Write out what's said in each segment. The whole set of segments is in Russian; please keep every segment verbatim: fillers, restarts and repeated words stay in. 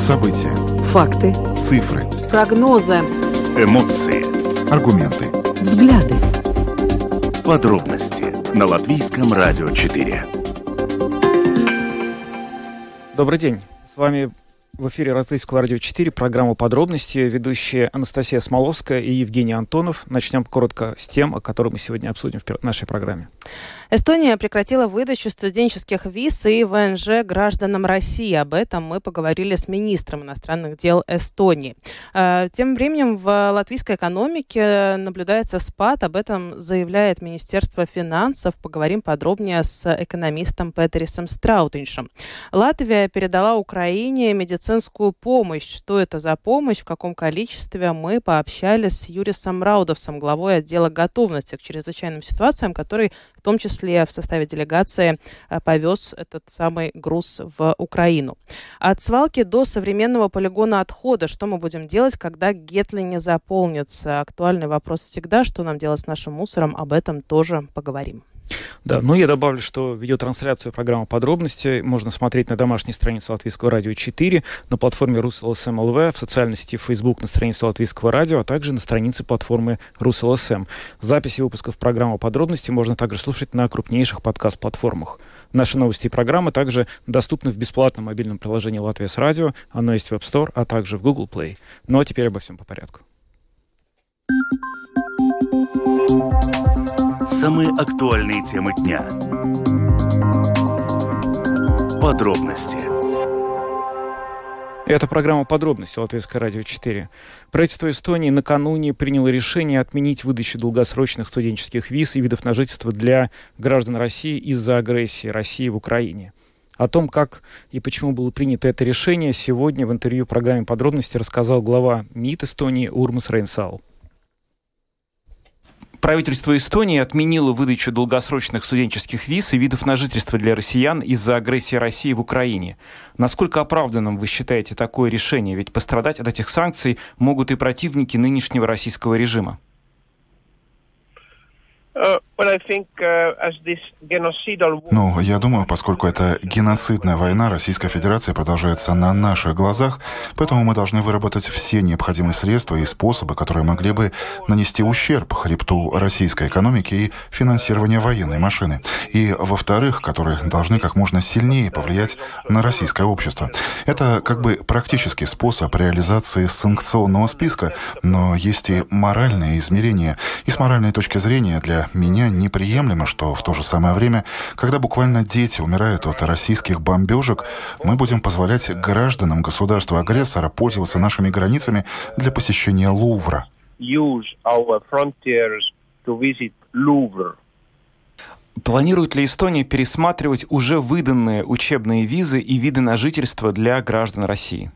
События. Факты. Цифры. Прогнозы. Эмоции. Аргументы. Взгляды. Подробности на Латвийском радио четыре. Добрый день. С вами в эфире Латвийского радио четыре, программа «Подробности», ведущие Анастасия Смоловская и Евгений Антонов. Начнем коротко с тем, о которых мы сегодня обсудим в нашей программе. Эстония прекратила выдачу студенческих виз и ВНЖ гражданам России. Об этом мы поговорили с министром иностранных дел Эстонии. Тем временем в латвийской экономике наблюдается спад. Об этом заявляет Министерство финансов. Поговорим подробнее с экономистом Петерисом Страутиншем. Латвия передала Украине медицинскую помощь. Что это за помощь, в каком количестве, мы пообщались с Юрисом Раудовсом, главой отдела готовности к чрезвычайным ситуациям, который в том числе в составе делегации повез этот самый груз в Украину. От свалки до современного полигона отхода. Что мы будем делать, когда Гетли не заполнится? Актуальный вопрос всегда. Что нам делать с нашим мусором? Об этом тоже поговорим. Да, ну я добавлю, что видеотрансляцию программы «Подробности» можно смотреть на домашней странице Латвийского радио четыре, на платформе РусЛСМ точка ЛВ, в социальной сети Facebook на странице Латвийского радио, а также на странице платформы РусЛСМ. Записи выпусков программы «Подробности» можно также слушать на крупнейших подкаст-платформах. Наши новости и программы также доступны в бесплатном мобильном приложении «Латвия с радио», оно есть в App Store, а также в Google Play. Ну а теперь обо всем по порядку. Самые актуальные темы дня. Подробности. Это программа «Подробности» Латвийское радио четыре. Правительство Эстонии накануне приняло решение отменить выдачу долгосрочных студенческих виз и видов на жительство для граждан России из-за агрессии России в Украине. О том, как и почему было принято это решение, сегодня в интервью программе «Подробности» рассказал глава МИД Эстонии Урмас Рейнсалу. Правительство Эстонии отменило выдачу долгосрочных студенческих виз и видов на жительство для россиян из-за агрессии России в Украине. Насколько оправданным вы считаете такое решение? Ведь пострадать от этих санкций могут и противники нынешнего российского режима. Ну, я думаю, поскольку эта геноцидная война Российской Федерации продолжается на наших глазах, поэтому мы должны выработать все необходимые средства и способы, которые могли бы нанести ущерб хребту российской экономики и финансированию военной машины. И, во-вторых, которые должны как можно сильнее повлиять на российское общество. Это как бы практический способ реализации санкционного списка, но есть и моральные измерения. И с моральной точки зрения для меня неприемлемо, что в то же самое время, когда буквально дети умирают от российских бомбежек, мы будем позволять гражданам государства-агрессора пользоваться нашими границами для посещения Лувра. Планирует ли Эстония пересматривать уже выданные учебные визы и виды на жительство для граждан России?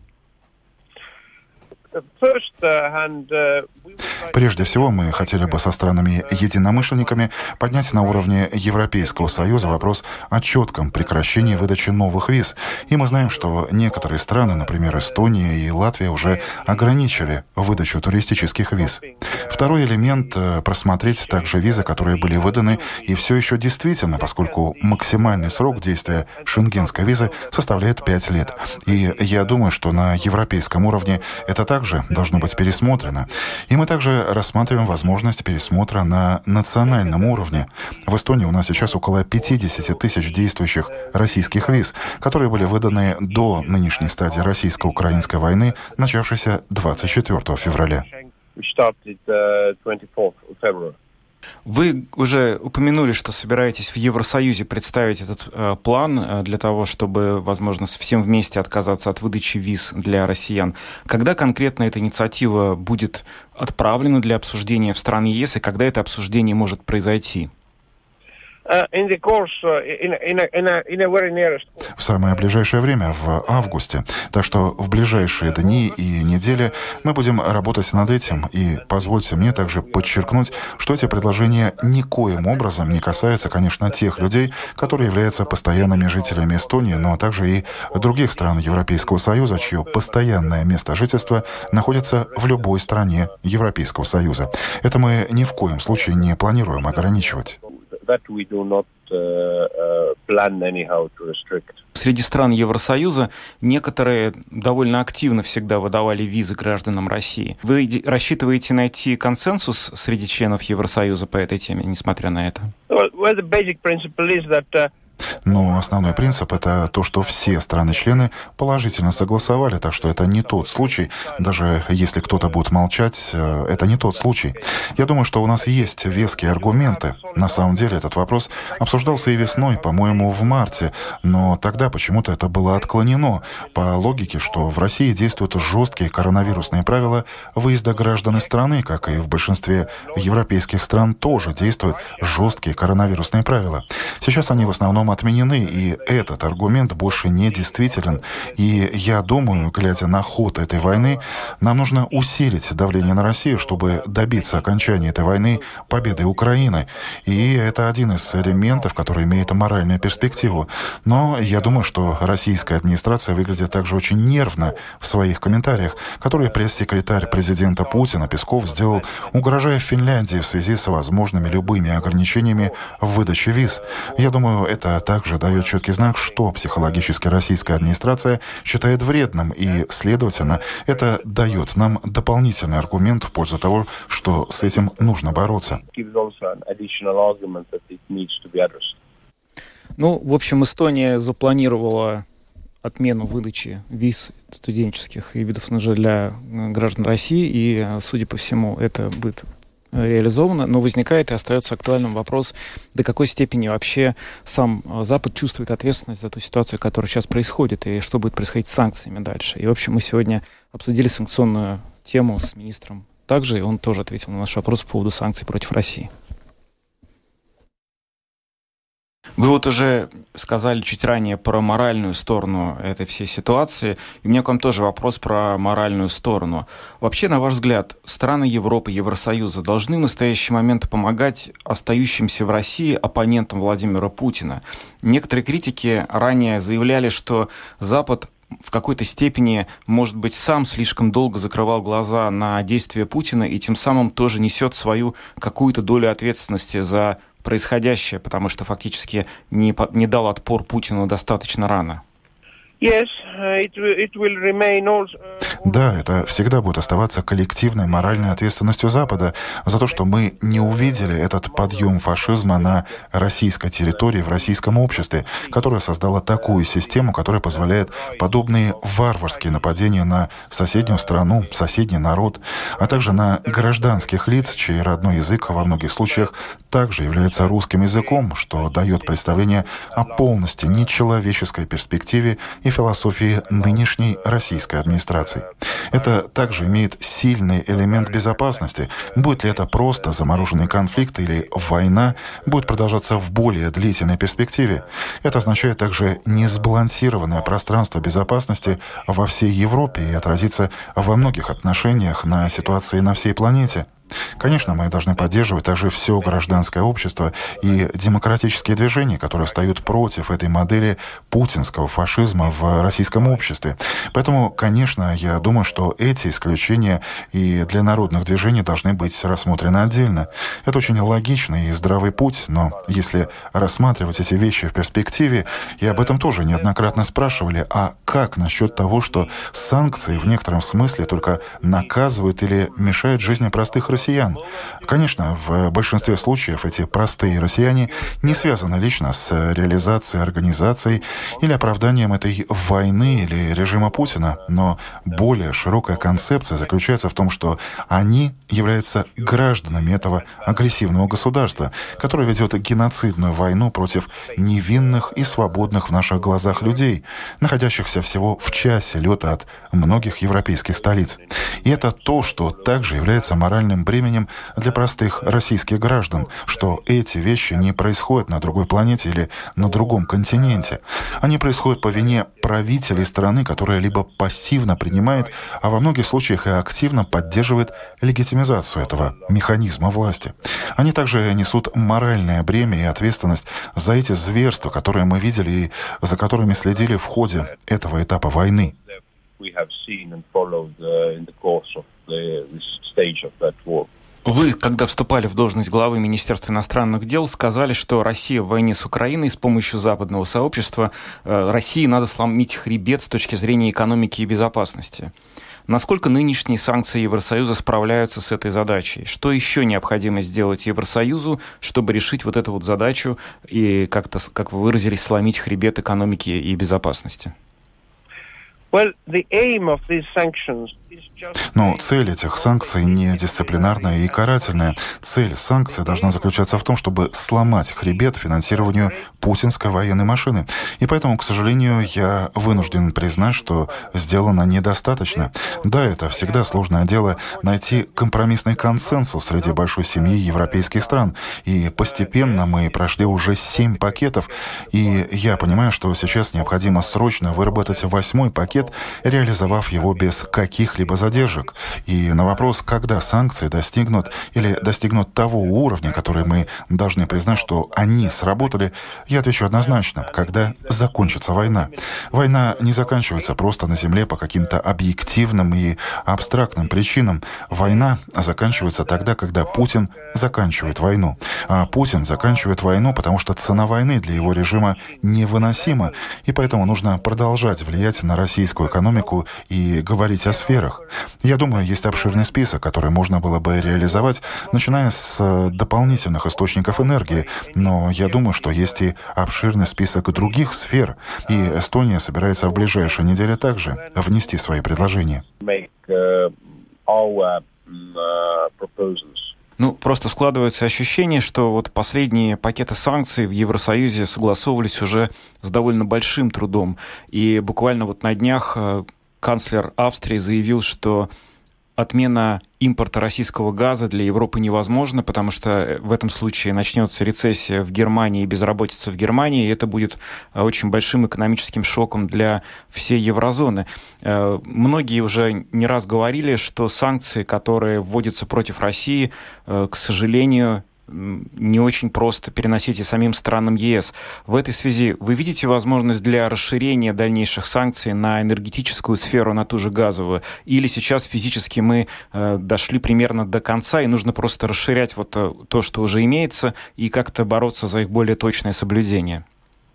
Прежде всего, мы хотели бы со странами-единомышленниками поднять на уровне Европейского Союза вопрос о четком прекращении выдачи новых виз. И мы знаем, что некоторые страны, например, Эстония и Латвия, уже ограничили выдачу туристических виз. Второй элемент — просмотреть также визы, которые были выданы и все еще действительно, поскольку максимальный срок действия шенгенской визы составляет пять лет. И я думаю, что на европейском уровне это также должно быть пересмотрено. И мы также рассматриваем возможность пересмотра на национальном уровне. В Эстонии у нас сейчас около пятьдесят тысяч действующих российских виз, которые были выданы до нынешней стадии российско-украинской войны, начавшейся двадцать четвёртого февраля. Вы уже упомянули, что собираетесь в Евросоюзе представить этот э, план э, для того, чтобы, возможно, всем вместе отказаться от выдачи виз для россиян. Когда конкретно эта инициатива будет отправлена для обсуждения в страны ЕС, и когда это обсуждение может произойти? В самое ближайшее время, в августе. Так что в ближайшие дни и недели мы будем работать над этим. И позвольте мне также подчеркнуть, что эти предложения никоим образом не касаются, конечно, тех людей, которые являются постоянными жителями Эстонии, но также и других стран Европейского Союза, чье постоянное место жительства находится в любой стране Европейского Союза. Это мы ни в коем случае не планируем ограничивать. That we do not uh, uh, Среди стран Евросоюза некоторые довольно активно всегда выдавали визы гражданам России. Вы рассчитываете найти консенсус среди членов Евросоюза по этой теме, несмотря на это? Но основной принцип – это то, что все страны-члены положительно согласовали, так что это не тот случай, даже если кто-то будет молчать, это не тот случай. Я думаю, что у нас есть веские аргументы. На самом деле этот вопрос обсуждался и весной, по-моему, в марте, но тогда почему-то это было отклонено по логике, что в России действуют жесткие коронавирусные правила выезда граждан из страны, как и в большинстве европейских стран тоже действуют жесткие коронавирусные правила. Сейчас они в основном отменены, и этот аргумент больше не действителен. И я думаю, глядя на ход этой войны, нам нужно усилить давление на Россию, чтобы добиться окончания этой войны победой Украины. И это один из элементов, который имеет моральную перспективу. Но я думаю, что российская администрация выглядит также очень нервно в своих комментариях, которые пресс-секретарь президента Путина Песков сделал, угрожая Финляндии в связи с возможными любыми ограничениями в выдаче виз. Я думаю, это также дает четкий знак, что психологически российская администрация считает вредным, и, следовательно, это дает нам дополнительный аргумент в пользу того, что с этим нужно бороться. Ну, в общем, Эстония запланировала отмену выдачи виз студенческих и видов эн жэ для граждан России, и, судя по всему, это будет реализовано, но возникает и остается актуальным вопрос, до какой степени вообще сам Запад чувствует ответственность за ту ситуацию, которая сейчас происходит, и что будет происходить с санкциями дальше. И, в общем, мы сегодня обсудили санкционную тему с министром также, и он тоже ответил на наш вопрос по поводу санкций против России. Вы вот уже сказали чуть ранее про моральную сторону этой всей ситуации. И у меня к вам тоже вопрос про моральную сторону. Вообще, на ваш взгляд, страны Европы, Евросоюза должны в настоящий момент помогать остающимся в России оппонентам Владимира Путина? Некоторые критики ранее заявляли, что Запад в какой-то степени, может быть, сам слишком долго закрывал глаза на действия Путина и тем самым тоже несет свою какую-то долю ответственности за происходящее, потому что фактически не, не дал отпор Путину достаточно рано. Yes, it will remain also... Да, это всегда будет оставаться коллективной моральной ответственностью Запада за то, что мы не увидели этот подъем фашизма на российской территории, в российском обществе, которое создало такую систему, которая позволяет подобные варварские нападения на соседнюю страну, соседний народ, а также на гражданских лиц, чей родной язык во многих случаях также является русским языком, что дает представление о полностью нечеловеческой перспективе и философии нынешней российской администрации. Это также имеет сильный элемент безопасности. Будет ли это просто замороженный конфликт или война, будет продолжаться в более длительной перспективе. Это означает также несбалансированное пространство безопасности во всей Европе и отразится во многих отношениях на ситуации на всей планете. Конечно, мы должны поддерживать также все гражданское общество и демократические движения, которые встают против этой модели путинского фашизма в российском обществе. Поэтому, конечно, я думаю, что эти исключения и для народных движений должны быть рассмотрены отдельно. Это очень логичный и здравый путь, но если рассматривать эти вещи в перспективе, и об этом тоже неоднократно спрашивали, а как насчет того, что санкции в некотором смысле только наказывают или мешают жизни простых россиян? Конечно, в большинстве случаев эти простые россияне не связаны лично с реализацией, организацией или оправданием этой войны или режима Путина, но более широкая концепция заключается в том, что они являются гражданами этого агрессивного государства, которое ведет геноцидную войну против невинных и свободных в наших глазах людей, находящихся всего в часе лета от многих европейских столиц. И это то, что также является моральным бременем для простых российских граждан, что эти вещи не происходят на другой планете или на другом континенте. Они происходят по вине правителей страны, которая либо пассивно принимает, а во многих случаях и активно поддерживает легитимизацию этого механизма власти. Они также несут моральное бремя и ответственность за эти зверства, которые мы видели и за которыми следили в ходе этого этапа войны. Вы, когда вступали в должность главы Министерства иностранных дел, сказали, что Россия в войне с Украиной с помощью западного сообщества, э, России надо сломить хребет с точки зрения экономики и безопасности. Насколько нынешние санкции Евросоюза справляются с этой задачей? Что еще необходимо сделать Евросоюзу, чтобы решить вот эту вот задачу и как-то, как вы выразились, сломить хребет экономики и безопасности? Но цель этих санкций не дисциплинарная и карательная. Цель санкций должна заключаться в том, чтобы сломать хребет финансированию путинской военной машины. И поэтому, к сожалению, я вынужден признать, что сделано недостаточно. Да, это всегда сложное дело найти компромиссный консенсус среди большой семьи европейских стран. И постепенно мы прошли уже семь пакетов. И я понимаю, что сейчас необходимо срочно выработать восьмой пакет, реализовав его без каких-либо задержек. И на вопрос, когда санкции достигнут или достигнут того уровня, который мы должны признать, что они сработали, я отвечу однозначно: когда закончится война. Война не заканчивается просто на земле по каким-то объективным и абстрактным причинам. Война заканчивается тогда, когда Путин заканчивает войну. А Путин заканчивает войну, потому что цена войны для его режима невыносима, и поэтому нужно продолжать влиять на российскую экономику и говорить о сферах. Я думаю, есть обширный список, который можно было бы реализовать, начиная с дополнительных источников энергии, но я думаю, что есть и обширный список других сфер, и Эстония собирается в ближайшие недели также внести свои предложения. Ну, просто складывается ощущение, что вот последние пакеты санкций в Евросоюзе согласовывались уже с довольно большим трудом. И буквально вот на днях канцлер Австрии заявил, что отмена импорта российского газа для Европы невозможна, потому что в этом случае начнется рецессия в Германии и безработица в Германии, и это будет очень большим экономическим шоком для всей еврозоны. Многие уже не раз говорили, что санкции, которые вводятся против России, к сожалению, не очень просто переносить и самим странам ЕС. В этой связи вы видите возможность для расширения дальнейших санкций на энергетическую сферу, на ту же газовую? Или сейчас физически мы э, дошли примерно до конца, и нужно просто расширять вот то, что уже имеется, и как-то бороться за их более точное соблюдение?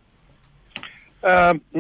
Нет,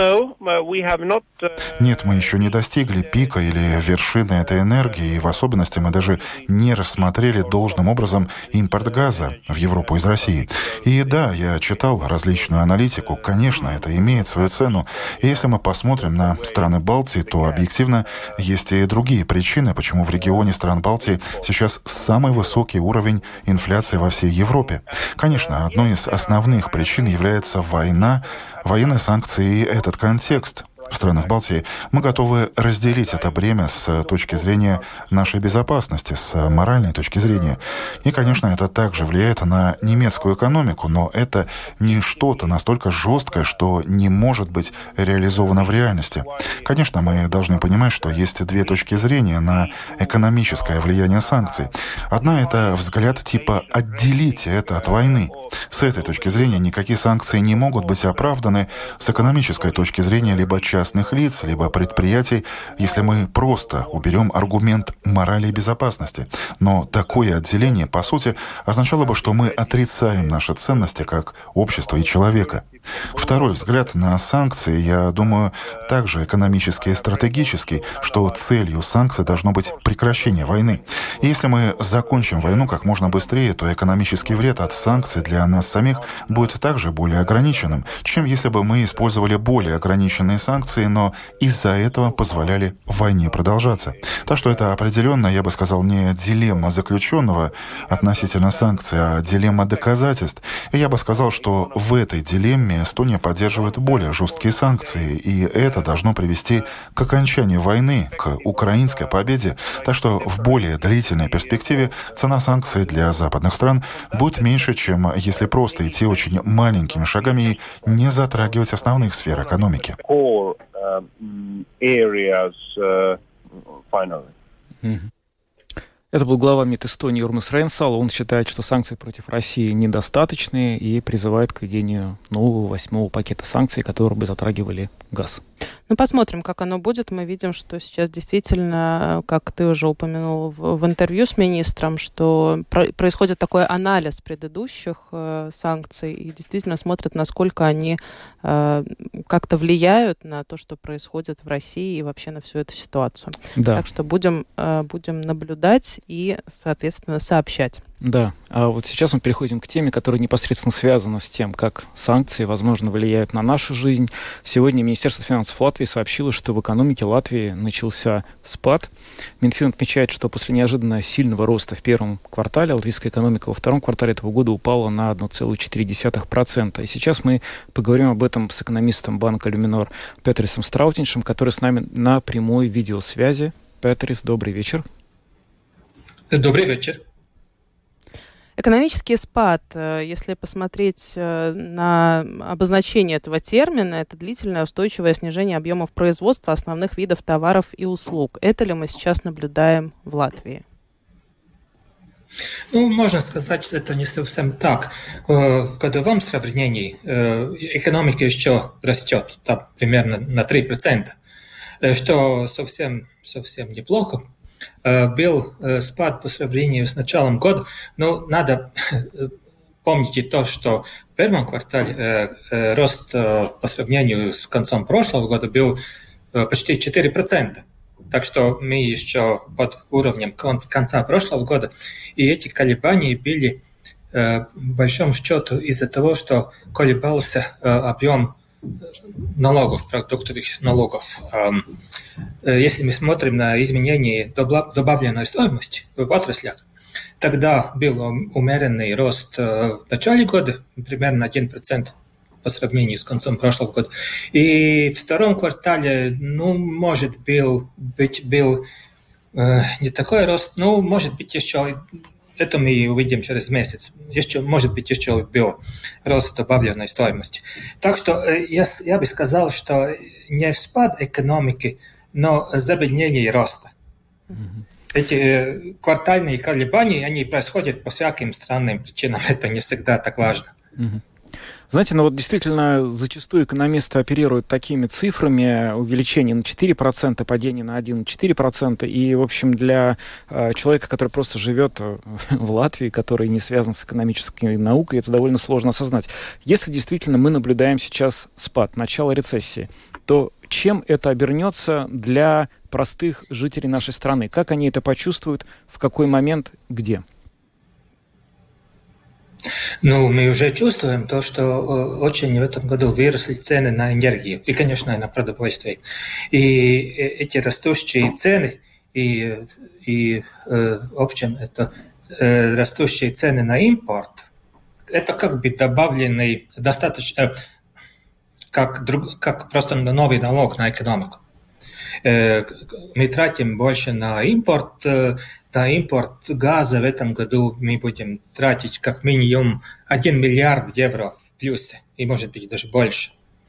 мы еще не достигли пика или вершины этой энергии, и в особенности мы даже не рассмотрели должным образом импорт газа в Европу из России. И да, я читал различную аналитику, конечно, это имеет свою цену. И если мы посмотрим на страны Балтии, то объективно есть и другие причины, почему в регионе стран Балтии сейчас самый высокий уровень инфляции во всей Европе. Конечно, одной из основных причин является война, военные санкции и этот контекст. В странах Балтии мы готовы разделить это бремя с точки зрения нашей безопасности, с моральной точки зрения. И, конечно, это также влияет на немецкую экономику, но это не что-то настолько жесткое, что не может быть реализовано в реальности. Конечно, мы должны понимать, что есть две точки зрения на экономическое влияние санкций. Одна — это взгляд типа «отделите это от войны». С этой точки зрения никакие санкции не могут быть оправданы. С экономической точки зрения либо частных лиц, либо предприятий, если мы просто уберем аргумент морали и безопасности. Но такое отделение, по сути, означало бы, что мы отрицаем наши ценности как общества и человека. Второй взгляд на санкции, я думаю, также экономический и стратегический, что целью санкций должно быть прекращение войны. И если мы закончим войну как можно быстрее, то экономический вред от санкций для нас самих будет также более ограниченным, чем если бы мы использовали более ограниченные санкции, но из-за этого позволяли войне продолжаться. Так что это определенно, я бы сказал, не дилемма заключенного относительно санкций, а дилемма доказательств. И я бы сказал, что в этой дилемме Эстония поддерживает более жесткие санкции, и это должно привести к окончанию войны, к украинской победе. Так что в более длительной перспективе цена санкций для западных стран будет меньше, чем если просто идти очень маленькими шагами и не затрагивать основных сфер экономики. Это был глава МИД Эстонии Урмас Рейнсало. Он считает, что санкции против России недостаточны и призывает к введению нового восьмого пакета санкций, которые бы затрагивали газ. Ну Ну, посмотрим, как оно будет. Мы видим, что сейчас действительно, как ты уже упомянул в, в интервью с министром, что про- происходит такой анализ предыдущих э, санкций и действительно смотрят, насколько они э, как-то влияют на то, что происходит в России и вообще на всю эту ситуацию. Да. Так что будем, э, будем наблюдать и, соответственно, сообщать. Да, а вот сейчас мы переходим к теме, которая непосредственно связана с тем, как санкции, возможно, влияют на нашу жизнь. Сегодня Министерство финансов Латвии сообщило, что в экономике Латвии начался спад. Минфин отмечает, что после неожиданно сильного роста в первом квартале латвийская экономика во втором квартале этого года упала на одна целая четыре десятых процента. И сейчас мы поговорим об этом с экономистом банка Люминор Петрисом Страутиншем, который с нами на прямой видеосвязи. Петрис, добрый вечер. Добрый вечер. Экономический спад, если посмотреть на обозначение этого термина, это длительное устойчивое снижение объемов производства основных видов товаров и услуг. Это ли мы сейчас наблюдаем в Латвии? Ну, можно сказать, что это не совсем так. В годовом сравнении экономика еще растет, там, примерно на три процента, что совсем, совсем неплохо. Был спад по сравнению с началом года, но надо помнить и то, что в первом квартале рост по сравнению с концом прошлого года был почти четыре процента. Так что мы еще под уровнем конца прошлого года. И эти колебания были в большом счету из-за того, что колебался объем налогов, продуктовых налогов. Если мы смотрим на изменение добавленной стоимости в отраслях, тогда был умеренный рост в начале года, примерно один процент по сравнению с концом прошлого года. И в втором квартале, ну, может был, быть, был э, не такой рост, ну, может быть, еще, это мы увидим через месяц, еще, может быть, еще был рост добавленной стоимости. Так что э, я, я бы сказал, что не спад экономики, но замедление роста. Mm-hmm. Эти э, квартальные колебания, они происходят по всяким странным причинам, это не всегда так важно. Mm-hmm. Знаете, ну вот действительно зачастую экономисты оперируют такими цифрами: увеличение на четыре процента, падение на один целых четыре десятых процента. И, в общем, для э, человека, который просто живет в Латвии, который не связан с экономической наукой, это довольно сложно осознать. Если действительно мы наблюдаем сейчас спад, начало рецессии, то чем это обернется для простых жителей нашей страны? Как они это почувствуют, в какой момент, где? Ну, мы уже чувствуем то, что очень в этом году выросли цены на энергию и, конечно, на продовольствие. И эти растущие цены, и, и в общем, это растущие цены на импорт, это как бы добавленный достаточно, как, друг, как просто новый налог на экономику. Мы тратим больше на импорт. На импорт газа в этом году мы будем тратить как минимум один миллиард евро в плюсе, и может быть даже больше.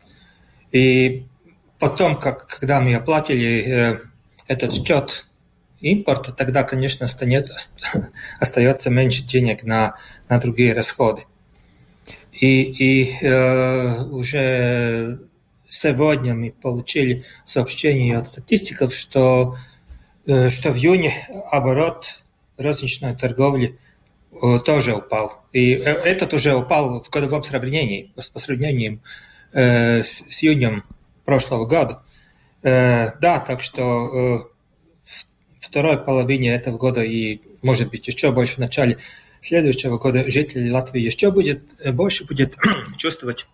И потом, как, когда мы оплатили э, этот счет импорта, тогда, конечно, станет, остается меньше денег на, на другие расходы. И, и э, уже сегодня мы получили сообщение от статистиков, что что в июне оборот розничной торговли тоже упал. И этот уже упал в годовом сравнении, по сравнению э, с июнем прошлого года. Э, да, так что э, в второй половине этого года и, может быть, еще больше в начале следующего года жители Латвии еще будет, больше будет чувствовать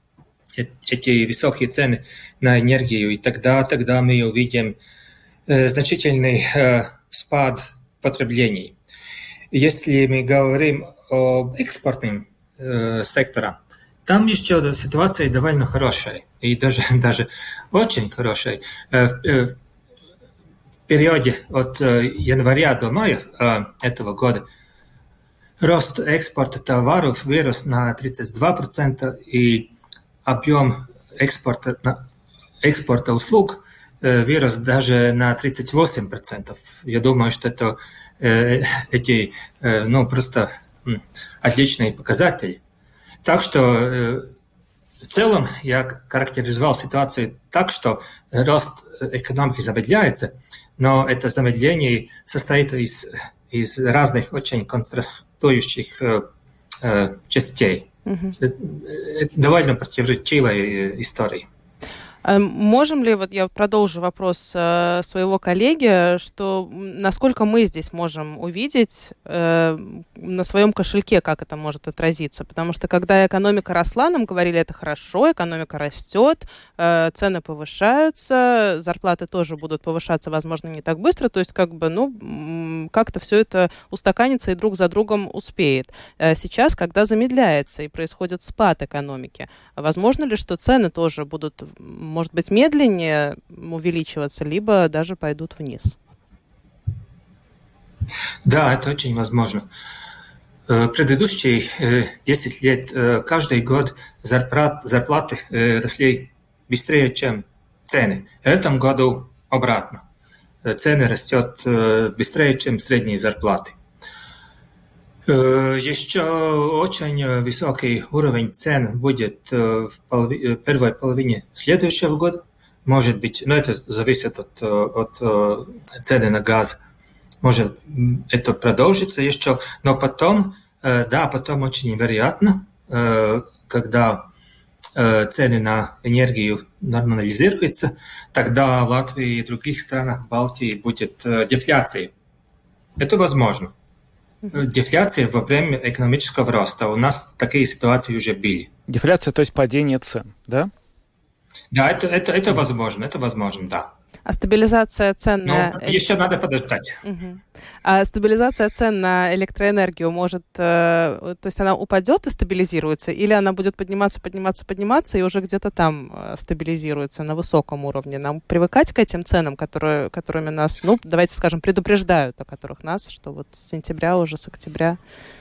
эти высокие цены на энергию. И тогда, тогда мы увидим значительный э, спад потреблений. Если мы говорим об экспортном э, секторе, там еще ситуация довольно хорошая, и даже, даже очень хорошая. Э, э, в периоде от э, января до мая э, этого года рост экспорта товаров вырос на тридцать два процента, и объем экспорта, экспорта услуг вырос даже на тридцать восемь процентов. Я думаю, что это э, эти э, ну, просто м, отличные показатели. Так что э, в целом я характеризовал ситуацию так, что рост экономики замедляется, но это замедление состоит из, из разных очень контрастующих э, э, частей. Угу. Это, это довольно противоречивая история. Можем ли, вот я продолжу вопрос э, своего коллеги, что насколько мы здесь можем увидеть э, на своем кошельке, как это может отразиться? Потому что когда экономика росла, нам говорили, это хорошо, экономика растет, э, цены повышаются, зарплаты тоже будут повышаться, возможно, не так быстро, то есть как бы, ну, как-то все это устаканится и друг за другом успеет. Э, сейчас, когда замедляется и происходит спад экономики, возможно ли, что цены тоже будут, может быть, медленнее увеличиваться, либо даже пойдут вниз? Да, это очень возможно. Предыдущие десять лет каждый год зарплат, зарплаты росли быстрее, чем цены. В этом году обратно. Цены растут быстрее, чем средние зарплаты. Еще очень высокий уровень цен будет в полови- первой половине следующего года. Может быть, но это зависит от, от цены на газ. Может, это продолжится еще. Но потом, да, потом очень вероятно, когда цены на энергию нормализируются, тогда в Латвии и других странах Балтии будет дефляция. Это возможно. Дефляция во время экономического роста. У нас такие ситуации уже были. Дефляция, то есть падение цен, да? Да, это, это, это возможно, это возможно, да. А стабилизация цен на... Но еще надо подождать. Угу. А стабилизация цен на электроэнергию может... Э, то есть она упадет и стабилизируется, или она будет подниматься, подниматься, подниматься и уже где-то там э, стабилизируется на высоком уровне? Нам привыкать к этим ценам, которые, которыми нас, ну, давайте скажем, предупреждают, о которых нас, что вот с сентября, уже с октября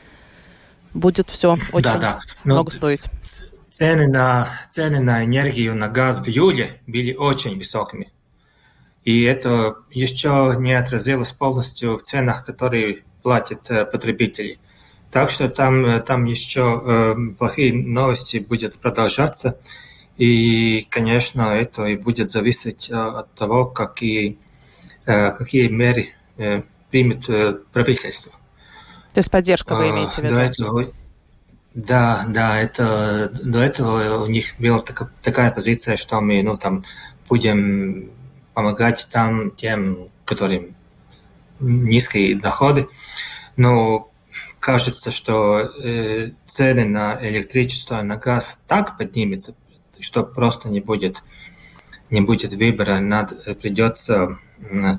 будет все очень да, да. много стоить. Цены на, цены на энергию, на газ в июле были очень высокими. И это еще не отразилось полностью в ценах, которые платят э, потребители. Так что там, там еще э, плохие новости будут продолжаться. И, конечно, это и будет зависеть э, от того, какие, э, какие меры э, примет э, правительство. То есть поддержка вы имеете в виду? До этого, да, да, это, до этого у них была така, такая позиция, что мы ну, там, будем... помогать там тем, которым низкие доходы. Но кажется, что э, цены на электричество, на газ так поднимутся, что просто не будет, не будет выбора. Надо, придется э,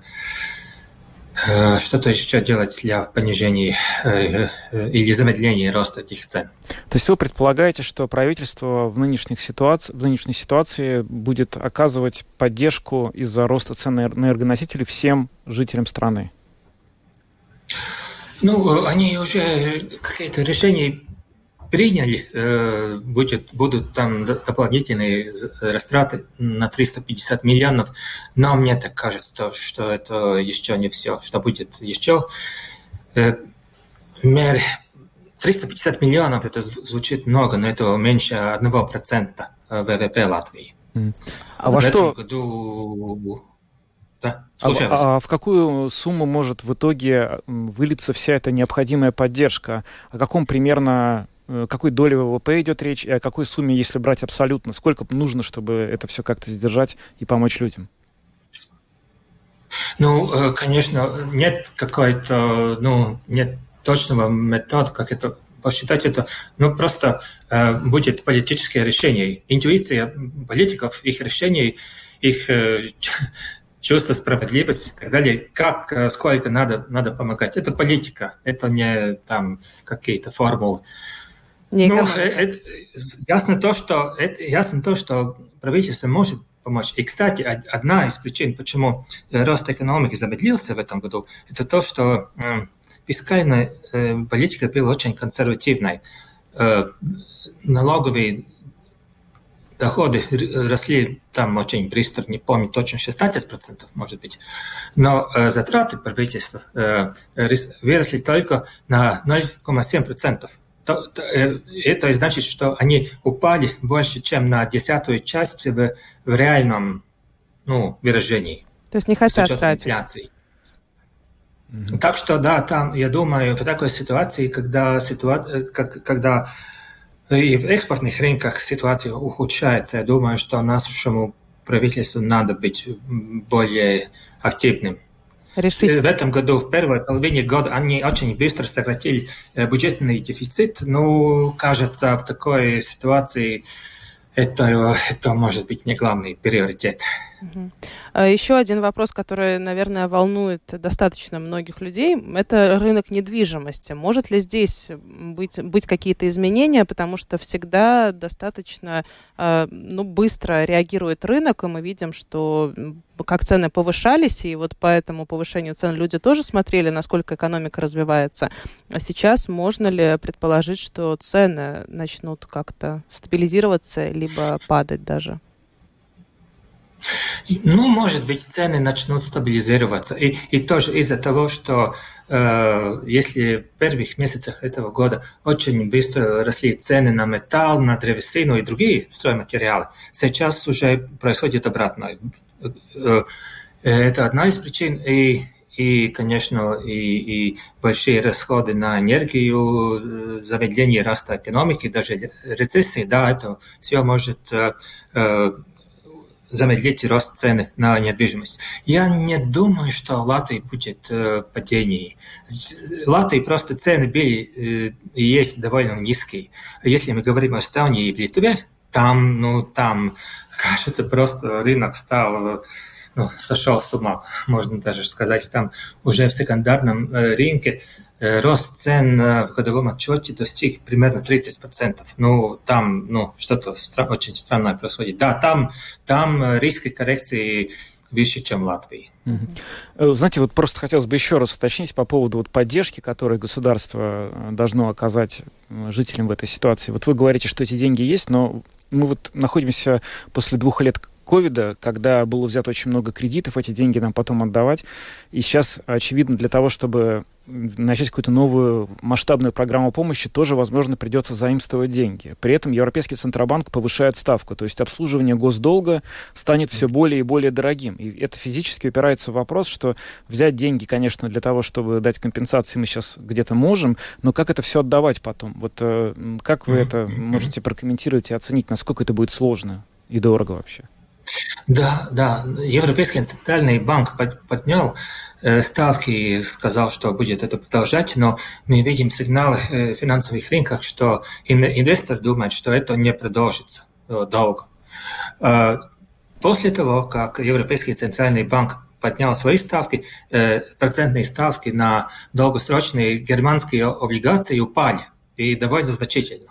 э, что-то еще делать для понижения э, э, или замедления роста этих цен. То есть вы предполагаете, что правительство в, нынешних ситуаци... в нынешней ситуации будет оказывать поддержку из-за роста цен на энергоносители всем жителям страны? Ну, они уже какие-то решения приняли. Э, будет, будут там дополнительные растраты на триста пятьдесят миллионов, но мне так кажется, что это еще не все, что будет еще. Э, меры триста пятьдесят миллионов, это звучит много, но это меньше одного процента ВВП Латвии. Mm. А во что... году... Да, а, а в какую сумму может в итоге вылиться вся эта необходимая поддержка? О каком примерно, какой доле ВВП идет речь, и о какой сумме, если брать абсолютно? Сколько нужно, чтобы это все как-то сдержать и помочь людям? Ну, конечно, нет какой-то, ну, нет точного метода, как это посчитать это, ну, просто э, будет политическое решение. Интуиция политиков, их решений, их э, чувство справедливости и так далее, как, э, сколько надо, надо помогать. Это политика, это не там какие-то формулы. Ну, э, э, ясно то, что, это, ясно то, что правительство может помочь. И, кстати, одна из причин, почему рост экономики замедлился в этом году, это то, что э, фискальная э, политика была очень консервативной. Э, налоговые доходы росли там очень быстро, не помню точно, шестнадцать процентов, может быть. Но э, затраты правительства э, выросли только на ноль целых семь десятых процента. то, то, это значит, что они упали больше, чем на десятую часть в, в реальном ну, выражении. То есть не хотят тратить. Инфляции. Mm-hmm. Так что, да, там, я думаю, в такой ситуации, когда, ситуа... как, когда и в экспортных рынках ситуация ухудшается, я думаю, что нашему правительству надо быть более активным. Решить. В этом году, в первой половине года, они очень быстро сократили бюджетный дефицит, но, кажется, в такой ситуации это, это может быть не главный приоритет. Угу. Еще один вопрос, который, наверное, волнует достаточно многих людей, это рынок недвижимости. Может ли здесь быть, быть какие-то изменения, потому что всегда достаточно ну, быстро реагирует рынок, и мы видим, что как цены повышались, и вот по этому повышению цен люди тоже смотрели, насколько экономика развивается. А сейчас можно ли предположить, что цены начнут как-то стабилизироваться, либо падать даже? Ну, может быть, цены начнут стабилизироваться. И, и тоже из-за того, что э, если в первых месяцах этого года очень быстро росли цены на металл, на древесину и другие стройматериалы, сейчас уже происходит обратное. Это одна из причин. И, и конечно, и, и большие расходы на энергию, замедление роста экономики, даже рецессии, да, это все может э, замедлить рост цены на недвижимость. Я не думаю, что в Латвии будет э, падение. В Латвии просто цены были э, и есть довольно низкие. Если мы говорим о Эстонии и в Литве, там, ну, там, кажется, просто рынок стал, ну, сошел с ума, можно даже сказать. Там уже в секундарном э, рынке э, рост цен э, в годовом отчете достиг примерно тридцать процентов. Ну, там, ну, что-то стра- очень странное происходит. Да, там, там э, риски коррекции выше, чем в Латвии. Mm-hmm. Знаете, вот просто хотелось бы еще раз уточнить по поводу вот поддержки, которую государство должно оказать жителям в этой ситуации. Вот вы говорите, что эти деньги есть, но мы вот находимся после двух лет ковида, когда было взято очень много кредитов, эти деньги нам потом отдавать. И сейчас, очевидно, для того, чтобы начать какую-то новую масштабную программу помощи, тоже, возможно, придется заимствовать деньги. При этом Европейский Центробанк повышает ставку, то есть обслуживание госдолга станет все более и более дорогим. И это физически упирается в вопрос, что взять деньги, конечно, для того, чтобы дать компенсации, мы сейчас где-то можем, но как это все отдавать потом? Вот как вы это можете прокомментировать и оценить, насколько это будет сложно и дорого вообще? Да, да. Европейский центральный банк поднял э, ставки и сказал, что будет это продолжать, но мы видим сигналы э, в финансовых рынках, что инвестор думает, что это не продолжится э, долго. Э, после того, как Европейский центральный банк поднял свои ставки, э, процентные ставки на долгосрочные германские облигации упали, и довольно значительно.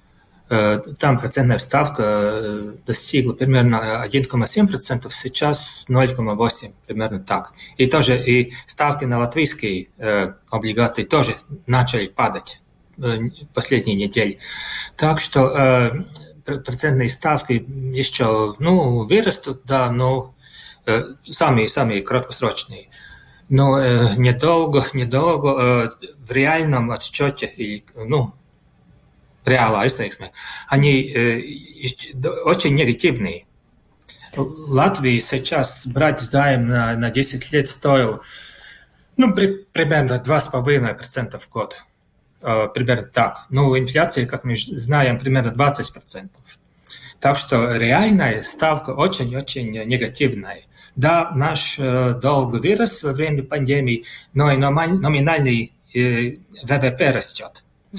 Там процентная ставка достигла примерно один целых семь десятых процента, сейчас ноль целых восемь десятых процента, примерно так. И тоже и ставки на латвийские э, облигации тоже начали падать э, последние недели. Так что э, процентные ставки еще ну, вырастут, да, но э, самые, самые краткосрочные. Но э, недолго, недолго э, в реальном отчете, или, ну, реālā izteiksmē, они э, очень негативные. Латвии сейчас брать займ на, на десять лет стоил ну, при, примерно два с половиной процента в год. Э, примерно так. Ну, инфляция, как мы знаем, примерно двадцать процентов. Так что реальная ставка очень-очень негативная. Да, наш э, долг вырос во время пандемии, но и номинальный э, ВВП растет.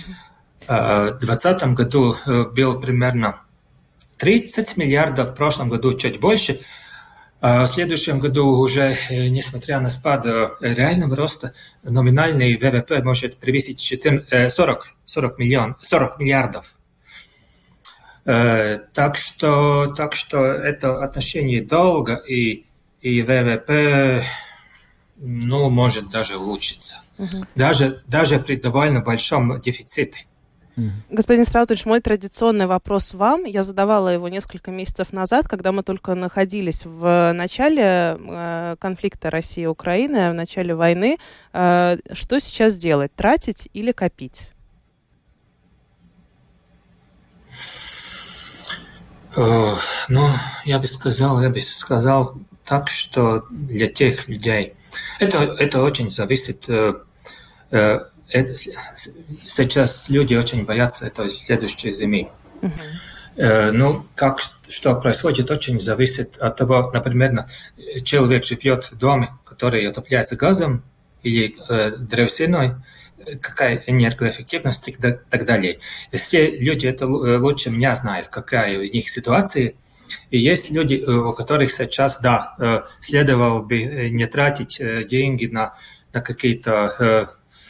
В двадцатом году был примерно тридцать миллиардов, в прошлом году чуть больше. В следующем году уже, несмотря на спад реального роста, номинальный ВВП может превысить сорок, сорок, миллион, сорок миллиардов. Так что, так что это отношение долга и, и ВВП ну, может даже улучшиться. Угу. Даже, даже при довольно большом дефиците. Господин Страутович, мой традиционный вопрос вам. Я задавала его несколько месяцев назад, когда мы только находились в начале э, конфликта России и Украины, в начале войны. Э, что сейчас делать? Тратить или копить? Ну, я бы сказал, я бы сказал так, что для тех людей это, это очень зависит. Это, сейчас люди очень боятся этой следующей зимы. Uh-huh. Ну, как, что происходит, очень зависит от того, например, человек живет в доме, который отопляется газом или древесиной, какая энергоэффективность и так далее. И все люди это лучше меня знают, какая у них ситуация. И есть люди, у которых сейчас, да, следовало бы не тратить деньги на, на какие-то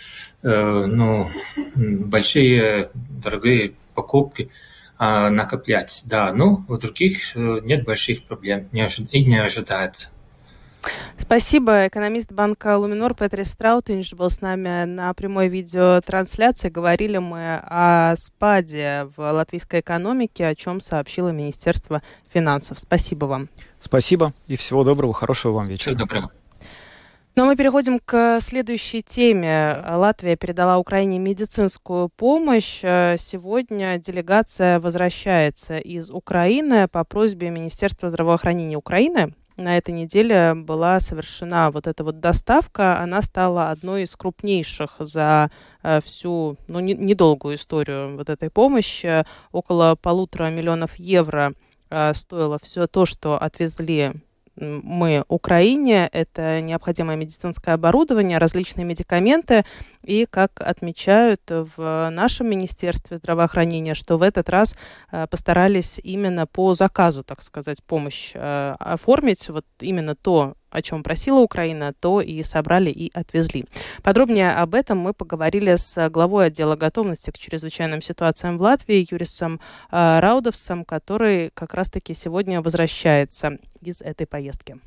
ну, большие, дорогие покупки, а накоплять. Да, ну, у других нет больших проблем и не ожидается. Спасибо. Экономист банка «Луминор» Петрис Страутинш был с нами на прямой видеотрансляции. Говорили мы о спаде в латвийской экономике, о чем сообщило Министерство финансов. Спасибо вам. Спасибо и всего доброго, хорошего вам вечера. Всего доброго. Ну а мы переходим к следующей теме. Латвия передала Украине медицинскую помощь. Сегодня делегация возвращается из Украины по просьбе Министерства здравоохранения Украины. На этой неделе была совершена вот эта вот доставка. Она стала одной из крупнейших за всю, ну, не, недолгую историю вот этой помощи. Около полутора миллионов евро стоило все то, что отвезли мы Украине. Это необходимое медицинское оборудование, различные медикаменты. И, как отмечают в нашем Министерстве здравоохранения, что в этот раз постарались именно по заказу, так сказать, помощь оформить. Вот именно то, о чем просила Украина, то и собрали и отвезли. Подробнее об этом мы поговорили с главой отдела готовности к чрезвычайным ситуациям в Латвии Юрисом Раудовсом, который как раз-таки сегодня возвращается из этой поездки.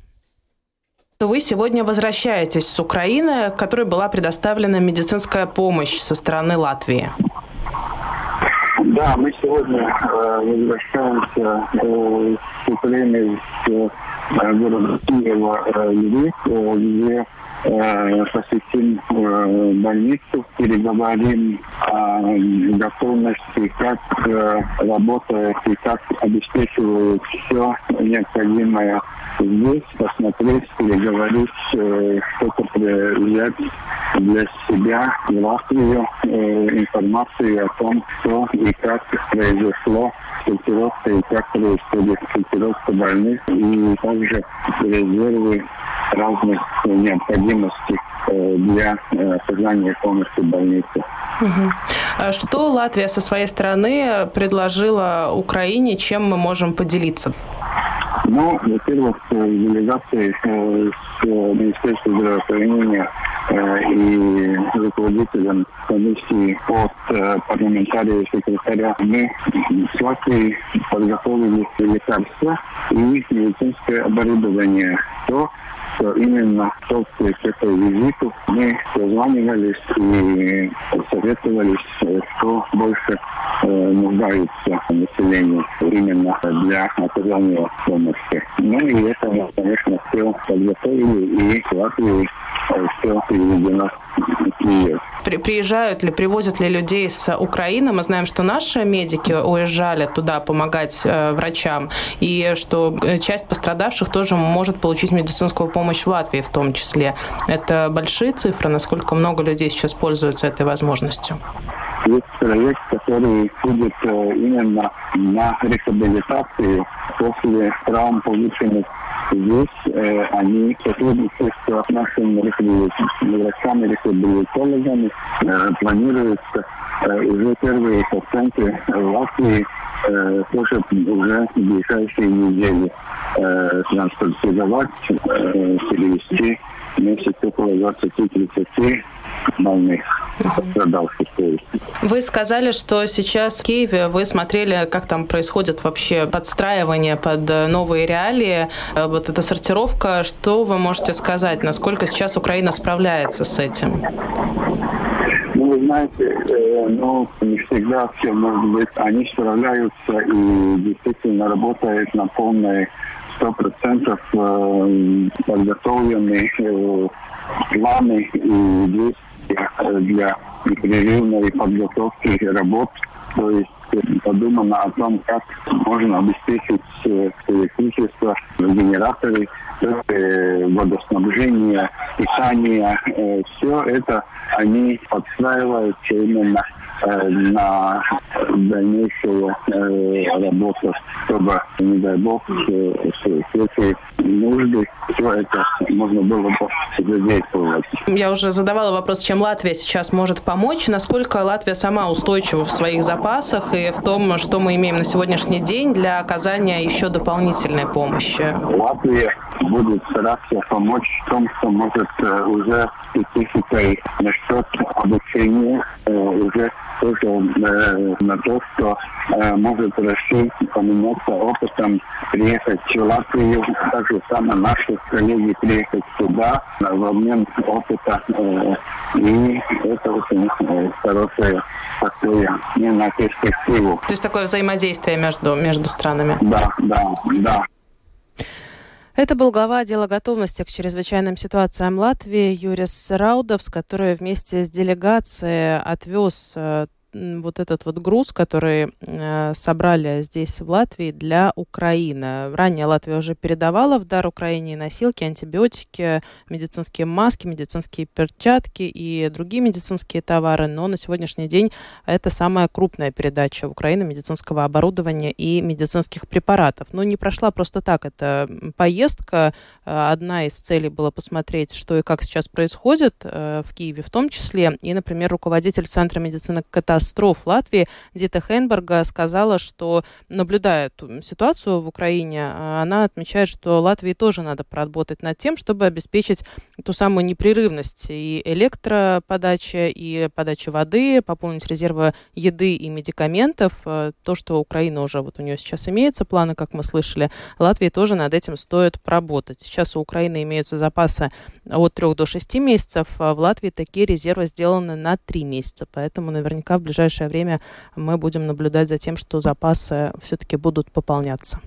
Вы сегодня возвращаетесь с Украины, которой была предоставлена медицинская помощь со стороны Латвии. Да, мы сегодня э, возвращаемся э, с Украины из э, города Киева, э, Львив, э, где э, посетим э, больницу, переговорим о готовности, как э, работает и как обеспечивают все необходимое здесь, посмотреть, переговорить, э, что-то взять для себя в Латвию, э, информацию о том, что и как произошло сортировка и как происходит сортировка больных, и также резервы разных необходимостей для оказания помощи больнице. Угу. Что Латвия со своей стороны предложила Украине, чем мы можем поделиться? Ну, во-первых, делегации с Министерства здравоохранения и руководителем комиссии от парламентария и секретаря мы с Латвией подготовили лекарства и медицинское оборудование. То, что именно в к этому визиту мы созванивались и советовались, что больше э, нуждаются население именно для оказания помощи. Ну и это мы, конечно, все подготовили, и в Латвии все переведено в Киев. Приезжают ли, привозят ли людей с Украины? Мы знаем, что наши медики уезжали туда помогать э, врачам, и что часть пострадавших тоже может получить медицинскую помощь в Латвии в том числе. Это большие цифры, насколько много людей сейчас пользуются этой возможностью? Есть проект, который будет э, именно на реабилитацию после травм, полученных здесь. Э, они сотрудничают с нашими врачами-реабилитологами. Э, планируется э, уже первые пациенты в Латвии э, тоже уже в ближайшие недели э, транспортировать, э, перевести вместе около двадцать-тридцать больных, пострадавших. Вы сказали, что сейчас в Киеве вы смотрели, как там происходит вообще подстраивание под новые реалии, вот эта сортировка. Что вы можете сказать, насколько сейчас Украина справляется с этим? Ну, вы знаете, э, ну, не всегда все может быть. Они справляются и действительно работают на полной сто процентов э, подготовленные э, планы и действия для непрерывной подготовки работ. То есть подумано о том, как можно обеспечить электричество, генераторы, водоснабжение, питание. Все это они подстраиваются именно на дальнейшую работу, чтобы, не дай бог, все нужды, все это можно было бы задействовать. Я уже задавала вопрос, чем Латвия сейчас может помочь. Насколько Латвия сама устойчива в своих запасах и в том, что мы имеем на сегодняшний день для оказания еще дополнительной помощи? Латвия будет стараться помочь в том, что может уже спецификой насчет обучения, уже тоже на то, что может расширить, поменяться опытом, приехать в Латвию, так же самое наши коллеги приехать сюда в обмен опыта. И это очень хорошее такое не на перспективу. То есть такое взаимодействие между, между странами? Да, да, да. Это был глава отдела готовности к чрезвычайным ситуациям Латвии Юрис Раудовс, который вместе с делегацией отвез вот этот вот груз, который э, собрали здесь, в Латвии, для Украины. Ранее Латвия уже передавала в дар Украине носилки, антибиотики, медицинские маски, медицинские перчатки и другие медицинские товары, но на сегодняшний день это самая крупная передача в Украину медицинского оборудования и медицинских препаратов. Но не прошла просто так эта поездка. Одна из целей была посмотреть, что и как сейчас происходит э, в Киеве в том числе. И, например, руководитель Центра медицины катастроф Латвии Дита Хенберга сказала, что, наблюдая эту ситуацию в Украине, она отмечает, что Латвии тоже надо поработать над тем, чтобы обеспечить ту самую непрерывность и электроподачи, и подачи воды, пополнить резервы еды и медикаментов. То, что Украина уже, вот у нее сейчас имеются планы, как мы слышали, Латвии тоже над этим стоит поработать. Сейчас у Украины имеются запасы от трех до шести месяцев, а в Латвии такие резервы сделаны на три месяца, поэтому наверняка в ближайшее время мы будем наблюдать за тем, что запасы все-таки будут пополняться.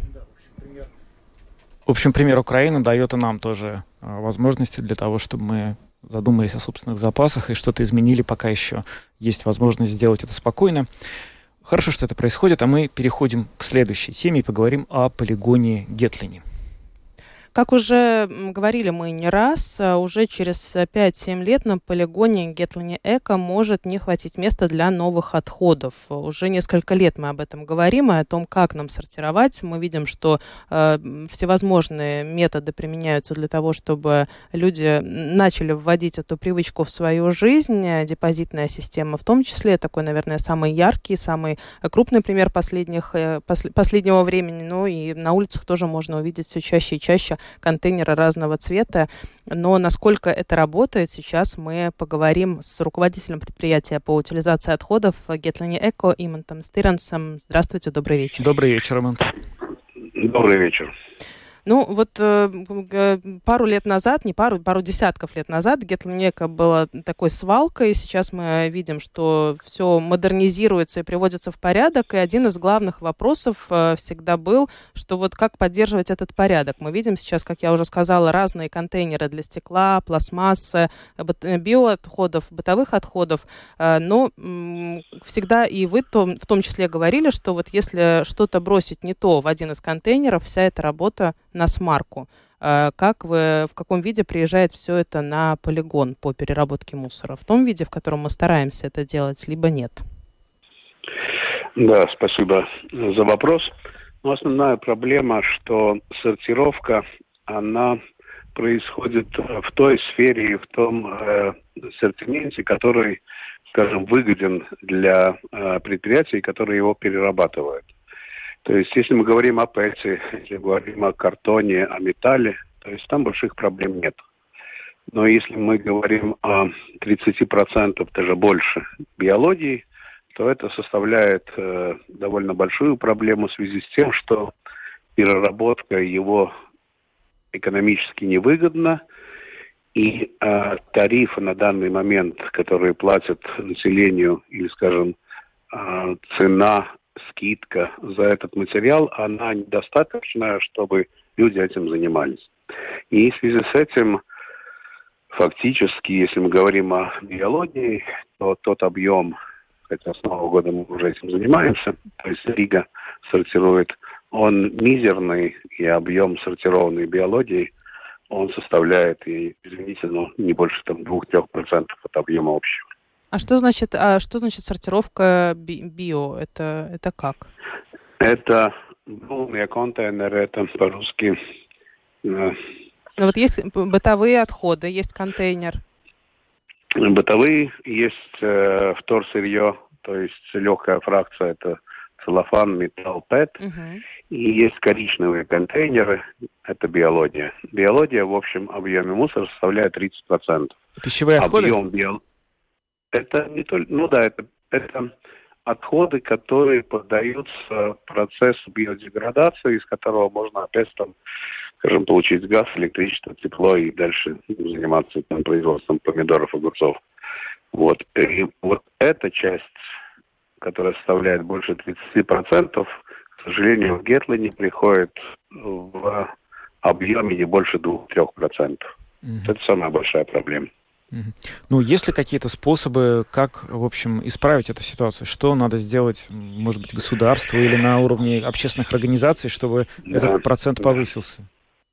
В общем, пример Украины дает и нам тоже возможности для того, чтобы мы задумались о собственных запасах и что-то изменили, пока еще есть возможность сделать это спокойно. Хорошо, что это происходит, а мы переходим к следующей теме и поговорим о полигоне Гетлине. Как уже говорили мы не раз, уже через пять-семь лет на полигоне Гетлине Эко может не хватить места для новых отходов. Уже несколько лет мы об этом говорим, и о том, как нам сортировать. Мы видим, что э, всевозможные методы применяются для того, чтобы люди начали вводить эту привычку в свою жизнь. Депозитная система в том числе, такой, наверное, самый яркий, самый крупный пример последних, пос, последнего времени. Ну и на улицах тоже можно увидеть все чаще и чаще контейнеры разного цвета. Но насколько это работает, сейчас мы поговорим с руководителем предприятия по утилизации отходов Гетлине Эко Имантом Стирансом. Здравствуйте, добрый вечер. Добрый вечер, Имант. Добрый вечер. Ну, вот э, пару лет назад, не пару, пару десятков лет назад Гетлине Эко была такой свалкой. Сейчас мы видим, что все модернизируется и приводится в порядок. И один из главных вопросов э, всегда был, что вот как поддерживать этот порядок. Мы видим сейчас, как я уже сказала, разные контейнеры для стекла, пластмассы, биоотходов, бытовых отходов. Э, но э, всегда и вы то, в том числе говорили, что вот если что-то бросить не то в один из контейнеров, вся эта работа на смарку. Как вы, в каком виде приезжает все это на полигон по переработке мусора? В том виде, в котором мы стараемся это делать, либо нет? Да, спасибо за вопрос. Но основная проблема, что сортировка, она происходит в той сфере и в том э, ассортименте, который, скажем, выгоден для э, предприятий, которые его перерабатывают. То есть, если мы говорим о пэте, если говорим о картоне, о металле, то есть там больших проблем нет. Но если мы говорим о тридцати процентах, даже больше, биологии, то это составляет э, довольно большую проблему в связи с тем, что переработка его экономически невыгодна, и э, тарифы на данный момент, которые платят населению, или, скажем, э, цена, скидка за этот материал, она недостаточна, чтобы люди этим занимались. И в связи с этим, фактически, если мы говорим о биологии, то тот объем хотя с Нового года мы уже этим занимаемся, то есть Рига сортирует, он мизерный, и объем сортированной биологии, он составляет, и, извините, но не больше там двух-трех процентов от объема общего. А что значит, а что значит сортировка би- био? Это, это как? Это полные контейнеры, это по-русски. Ну, вот есть бытовые отходы, есть контейнер. Бытовые, есть э, вторсырье, то есть легкая фракция, это целлофан, металл, пэт. Uh-huh. И есть коричневые контейнеры, это биология. Биология в общем объеме мусора составляет тридцать процентов. Пищевые отходы? Объем био... Это не только... Ну да, это, это отходы, которые поддаются процессу биодеградации, из которого можно опять там, скажем, получить газ, электричество, тепло и дальше заниматься там, производством помидоров, огурцов. Вот. И вот эта часть, которая составляет больше тридцать процентов, к сожалению, в Гетлине приходит в объеме не больше двух-трех процентов. Mm-hmm. Это самая большая проблема. Mm-hmm. Ну, есть ли какие-то способы, как, в общем, исправить эту ситуацию? Что надо сделать, может быть, государству или на уровне общественных организаций, чтобы да. этот процент повысился?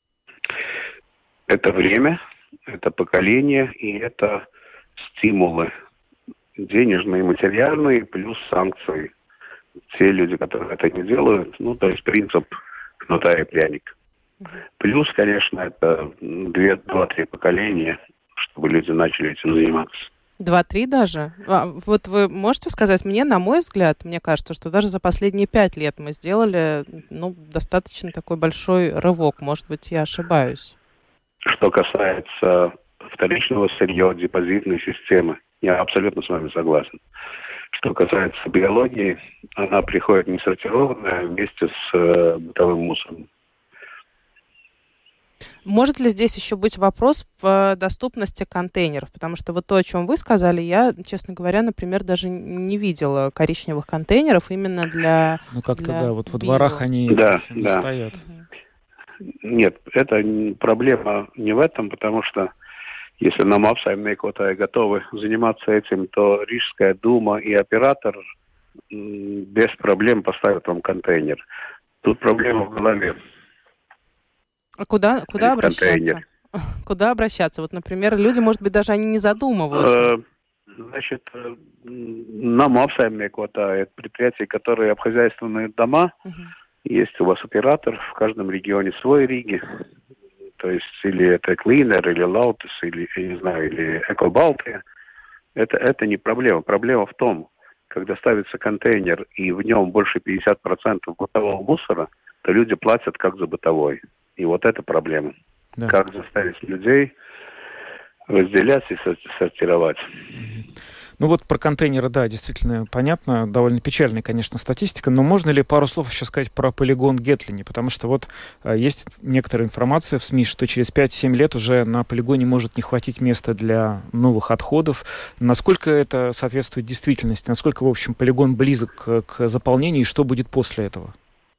Это время, это поколение и это стимулы. Денежные, материальные, плюс санкции. Те люди, которые это не делают, ну, то есть принцип кнута и пряника. Плюс, конечно, это две, два-три поколения, чтобы люди начали этим заниматься. Два-три даже? А, вот вы можете сказать мне, на мой взгляд, мне кажется, что даже за последние пять лет мы сделали, ну, достаточно такой большой рывок. Может быть, я ошибаюсь. Что касается вторичного сырья, депозитной системы, я абсолютно с вами согласен. Что касается биологии, она приходит не сортированная вместе с э, бытовым мусором. Может ли здесь еще быть вопрос в доступности контейнеров? Потому что вот то, о чем вы сказали, я, честно говоря, например, даже не видела коричневых контейнеров именно для Ну как-то для да, вот во био. дворах они да, общем, не да. стоят. Нет, это проблема не в этом, потому что если нам апсаймнейкоtāji готовы заниматься этим, то Рижская дума и оператор без проблем поставят вам контейнер. Тут проблема в голове. А куда, куда обращаться? Контейнер. Куда обращаться? Вот, например, люди, может быть, даже они не задумываются. Значит, нам апсаймнейкоtāji, это предприятия, которые обхозяйствуют дома. Uh-huh. Есть у вас оператор, в каждом регионе свой Риги. То есть или это Клинер, или Лаутес, или, я не знаю, или Экобалтия. Это, это не проблема. Проблема в том, когда ставится контейнер, и в нем больше пятьдесят процентов бытового мусора, то люди платят как за бытовой. И вот это проблема. Да. Как заставить людей разделять и сортировать. Ну вот про контейнеры, да, действительно понятно, довольно печальная, конечно, статистика, но можно ли пару слов еще сказать про полигон Гетлини? Потому что вот э, есть некоторая информация в СМИ, что через пять-семь лет уже на полигоне может не хватить места для новых отходов. Насколько это соответствует действительности? Насколько, в общем, полигон близок к, к заполнению и что будет после этого?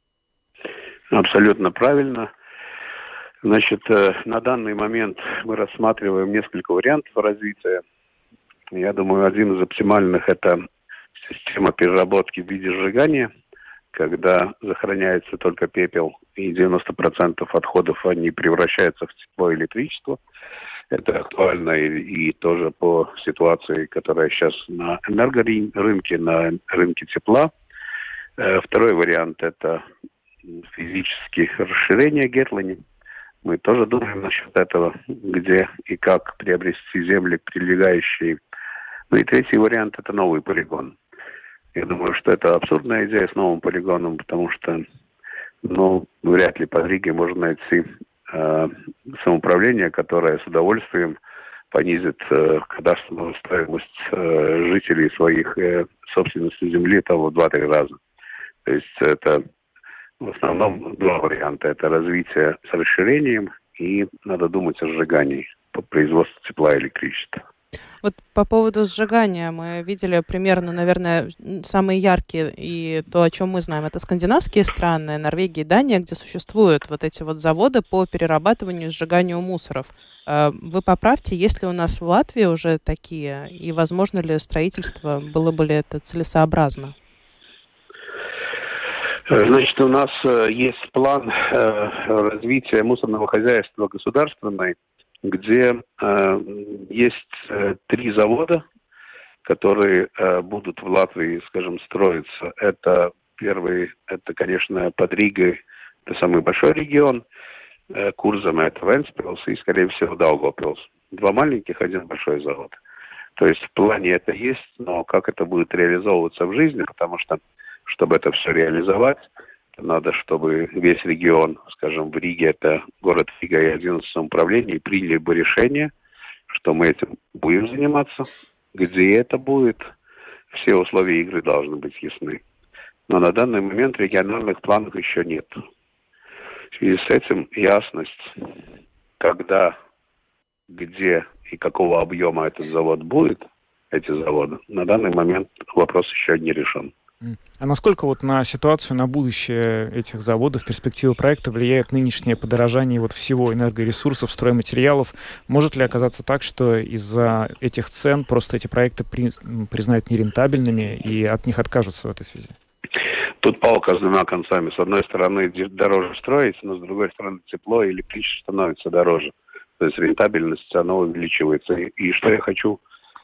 Абсолютно правильно. Значит, э, на данный момент мы рассматриваем несколько вариантов развития. Я думаю, один из оптимальных – это система переработки в виде сжигания, когда захороняется только пепел, и девяносто процентов отходов они превращаются в тепло и электричество. Это актуально и, и тоже по ситуации, которая сейчас на энергорынке, на рынке тепла. Второй вариант – это физические расширения Гетлини. Мы тоже думаем насчет этого, где и как приобрести земли, прилегающие. Ну и третий вариант – это новый полигон. Я думаю, что это абсурдная идея с новым полигоном, потому что, ну, вряд ли под Ригой можно найти э, самоуправление, которое с удовольствием понизит э, кадастровую стоимость э, жителей своих э, собственности земли там в два-три раза. То есть это в основном два варианта. Это развитие с расширением и надо думать о сжигании по производству тепла и электричества. Вот по поводу сжигания мы видели примерно, наверное, самые яркие и то, о чем мы знаем, это скандинавские страны, Норвегия и Дания, где существуют вот эти вот заводы по перерабатыванию и сжиганию мусоров. Вы поправьте, есть ли у нас в Латвии уже такие, и возможно ли строительство, было бы ли это целесообразно? Значит, у нас есть план развития мусорного хозяйства государственной, где э, есть э, три завода, которые э, будут в Латвии, скажем, строиться. Это первый, это, конечно, под Ригой, это самый большой регион. Э, Курзам это Вентспилс и, скорее всего, Даугавпилс. Два маленьких, один большой завод. То есть в плане это есть, но как это будет реализовываться в жизни, потому что, чтобы это все реализовать, надо, чтобы весь регион, скажем, в Риге, это город Рига и одиннадцать самоуправлений, приняли бы решение, что мы этим будем заниматься, где это будет, все условия игры должны быть ясны. Но на данный момент региональных планов еще нет. В связи с этим ясность, когда, где и какого объема этот завод будет, эти заводы, на данный момент вопрос еще не решен. А насколько вот на ситуацию, на будущее этих заводов, перспективы проекта влияет нынешнее подорожание вот всего энергоресурсов, стройматериалов? Может ли оказаться так, что из-за этих цен просто эти проекты при, признают нерентабельными и от них откажутся в этой связи? Тут палка с двумя концами. С одной стороны, дороже строить, но с другой стороны, тепло и электричество становится дороже. То есть рентабельность, она увеличивается. И, и что я хочу...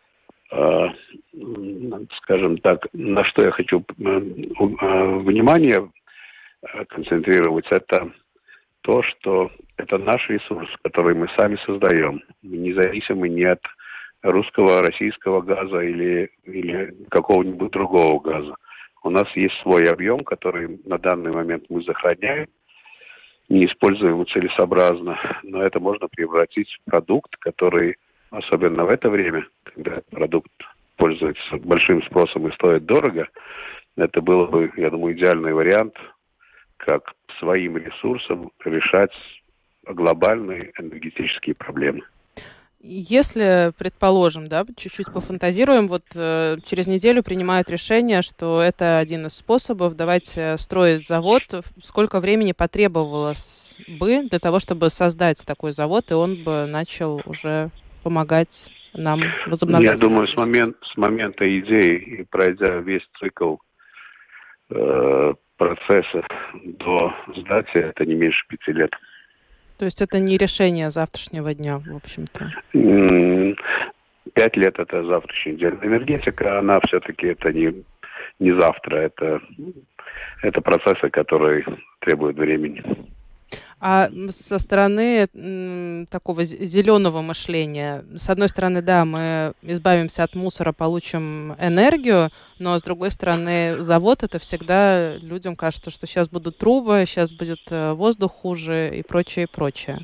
скажем так, на что я хочу внимание концентрировать, это то, что это наш ресурс, который мы сами создаем, независимый не от русского, российского газа или, или какого-нибудь другого газа. У нас есть свой объем, который на данный момент мы сохраняем, не используем его целесообразно, но это можно превратить в продукт, который, особенно в это время, когда продукт пользуется большим спросом и стоит дорого, это было бы, я думаю, идеальный вариант, как своим ресурсом решать глобальные энергетические проблемы. Если, предположим, да, чуть-чуть пофантазируем, вот э, через неделю принимают решение, что это один из способов, давайте строить завод. Сколько времени потребовалось бы для того, чтобы создать такой завод, и он бы начал уже помогать нам возобновлять? Я думаю, с, момент, с момента идеи и пройдя весь цикл э, процесса до сдачи, это не меньше пяти лет. То есть это не решение завтрашнего дня, в общем-то? Пять лет – это завтрашний день. Энергетика, она все-таки это не, не завтра, это, это процессы, которые требуют времени. А со стороны м, такого зеленого мышления, с одной стороны, да, мы избавимся от мусора, получим энергию, но с другой стороны, завод — это всегда людям кажется, что сейчас будут трубы, сейчас будет воздух хуже и прочее, и прочее.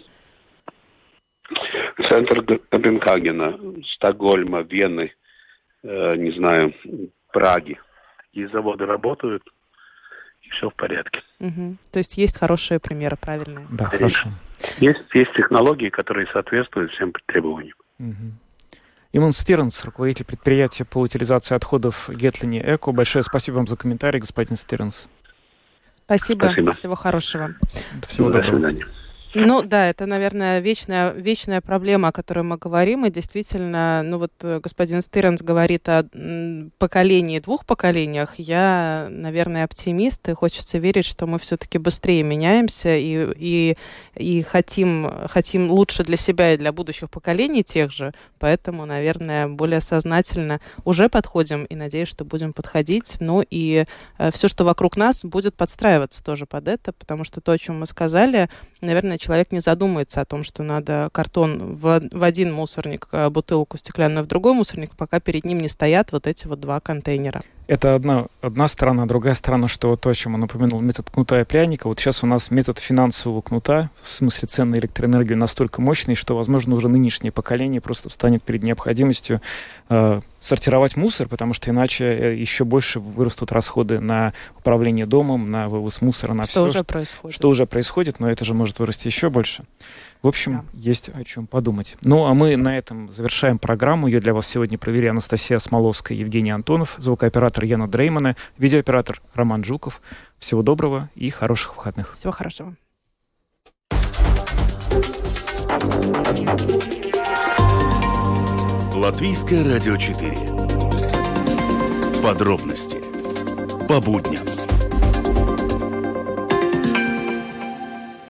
Центр Копенгагена, Стокгольма, Вены, э, не знаю, Праги. И заводы работают. Все в порядке. Угу. То есть есть хорошие примеры, правильные? Да, хорошо. Есть, есть технологии, которые соответствуют всем требованиям. Угу. Иман Стирнс, руководитель предприятия по утилизации отходов Гетлини Эко. Большое спасибо вам за комментарий, господин Стирнс. Спасибо. Спасибо. Всего хорошего. Всего До доброго. свидания. Ну да, это, наверное, вечная, вечная проблема, о которой мы говорим. И действительно, ну вот господин Стирнс говорит о м, поколении, двух поколениях. Я, наверное, оптимист, и хочется верить, что мы все-таки быстрее меняемся и, и, и хотим, хотим лучше для себя и для будущих поколений тех же. Поэтому, наверное, более сознательно уже подходим и надеюсь, что будем подходить. Ну и э, все, что вокруг нас, будет подстраиваться тоже под это, потому что то, о чем мы сказали, наверное, человек не задумается о том, что надо картон в, в один мусорник, бутылку стеклянную в другой мусорник, пока перед ним не стоят вот эти вот два контейнера. Это одна, одна сторона. Другая сторона, что то, о чем он упомянул, метод кнута и пряника. Вот сейчас у нас метод финансового кнута, в смысле цен на электроэнергию, настолько мощный, что, возможно, уже нынешнее поколение просто встанет перед необходимостью э, сортировать мусор, потому что иначе еще больше вырастут расходы на управление домом, на вывоз мусора, на что все. Уже происходит. Что уже происходит, но это же может вырасти еще больше. В общем, да. есть о чем подумать. Ну, а мы на этом завершаем программу. Ее для вас сегодня провели Анастасия Смоловская и Евгений Антонов, звукооператор Яна Дреймана, видеооператор Роман Жуков. Всего доброго и хороших выходных. Всего хорошего. Латвийское радио четыре. Подробности по будням.